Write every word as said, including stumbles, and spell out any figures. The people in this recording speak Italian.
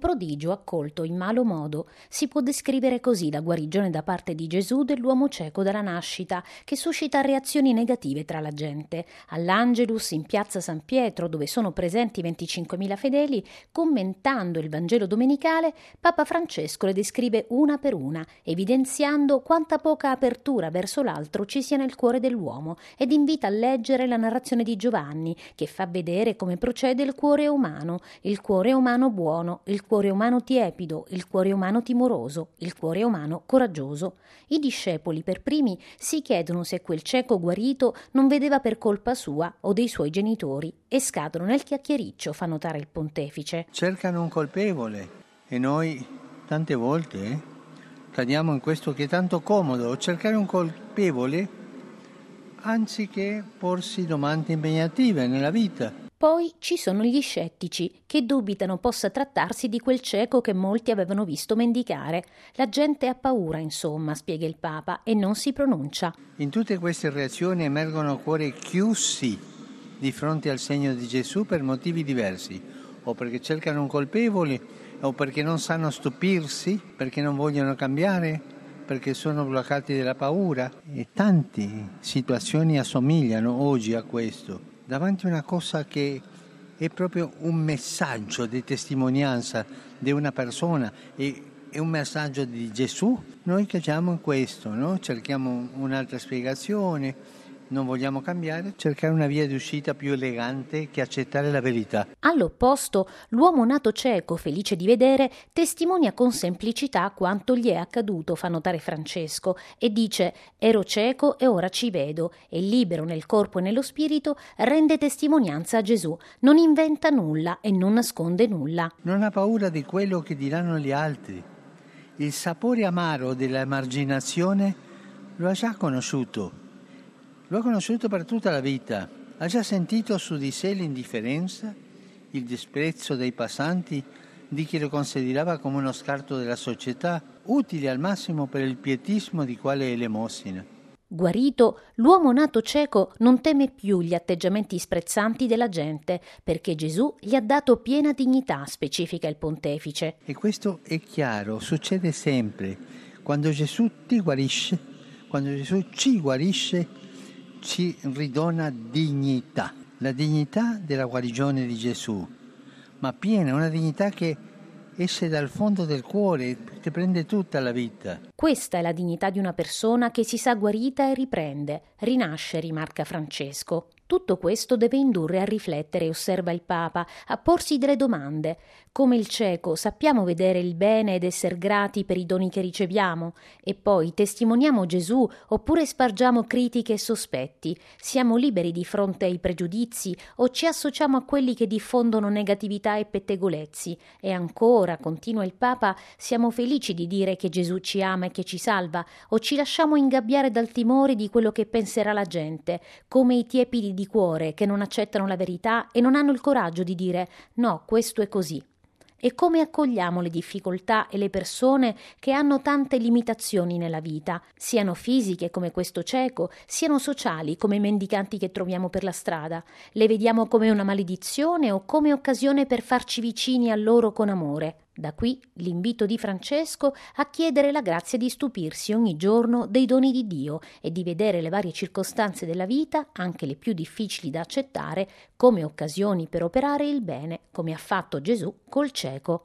prodigio accolto in malo modo. Si può descrivere così la guarigione da parte di Gesù dell'uomo cieco dalla nascita, che suscita reazioni negative tra la gente. All'Angelus, in piazza San Pietro, dove sono presenti venticinquemila fedeli, commentando il Vangelo domenicale, Papa Francesco le descrive una per una, evidenziando quanta poca apertura verso l'altro ci sia nel cuore dell'uomo, ed invita a leggere la narrazione di Giovanni, che fa vedere come procede il cuore umano, il cuore umano buono, il cuore umano tiepido, il cuore umano timoroso, il cuore umano coraggioso. I discepoli per primi si chiedono se quel cieco guarito non vedeva per colpa sua o dei suoi genitori e scadono nel chiacchiericcio, fa notare il pontefice. Cercano un colpevole e noi tante volte eh, cadiamo in questo che è tanto comodo, cercare un colpevole anziché porsi domande impegnative nella vita. Poi ci sono gli scettici, che dubitano possa trattarsi di quel cieco che molti avevano visto mendicare. La gente ha paura, insomma, spiega il Papa, e non si pronuncia. In tutte queste reazioni emergono cuori chiusi di fronte al segno di Gesù per motivi diversi, o perché cercano un colpevole, o perché non sanno stupirsi, perché non vogliono cambiare, perché sono bloccati dalla paura. E tante situazioni assomigliano oggi a questo. Davanti a una cosa che è proprio un messaggio di testimonianza di una persona e è un messaggio di Gesù, noi cadiamo in questo, no? Cerchiamo un'altra spiegazione, non vogliamo cambiare, cercare una via di uscita più elegante che accettare la verità. All'opposto, l'uomo nato cieco, felice di vedere, testimonia con semplicità quanto gli è accaduto, fa notare Francesco, e dice: ero cieco e ora ci vedo, e libero nel corpo e nello spirito rende testimonianza a Gesù, non inventa nulla e non nasconde nulla. Non ha paura di quello che diranno gli altri. Il sapore amaro dell'emarginazione lo ha già conosciuto. Lo ha conosciuto per tutta la vita, ha già sentito su di sé l'indifferenza, il disprezzo dei passanti, di chi lo considerava come uno scarto della società, utile al massimo per il pietismo di quale elemosina. Guarito, l'uomo nato cieco non teme più gli atteggiamenti sprezzanti della gente, perché Gesù gli ha dato piena dignità, specifica il pontefice. E questo è chiaro, succede sempre. Quando Gesù ti guarisce, quando Gesù ci guarisce, ci ridona dignità, la dignità della guarigione di Gesù, ma piena, una dignità che esce dal fondo del cuore, che prende tutta la vita. Questa è la dignità di una persona che si sa guarita e riprende, rinasce, rimarca Francesco. Tutto questo deve indurre a riflettere, osserva il Papa, a porsi delle domande. Come il cieco sappiamo vedere il bene ed essere grati per i doni che riceviamo? E poi testimoniamo Gesù oppure spargiamo critiche e sospetti? Siamo liberi di fronte ai pregiudizi o ci associamo a quelli che diffondono negatività e pettegolezzi? E ancora, continua il Papa, siamo felici di dire che Gesù ci ama e che ci salva, o ci lasciamo ingabbiare dal timore di quello che penserà la gente, come i tiepidi di cuore che non accettano la verità e non hanno il coraggio di dire no, questo è così. E come accogliamo le difficoltà e le persone che hanno tante limitazioni nella vita, siano fisiche come questo cieco, siano sociali come i mendicanti che troviamo per la strada? Le vediamo come una maledizione o come occasione per farci vicini a loro con amore? Da qui l'invito di Francesco a chiedere la grazia di stupirsi ogni giorno dei doni di Dio e di vedere le varie circostanze della vita, anche le più difficili da accettare, come occasioni per operare il bene, come ha fatto Gesù col cieco.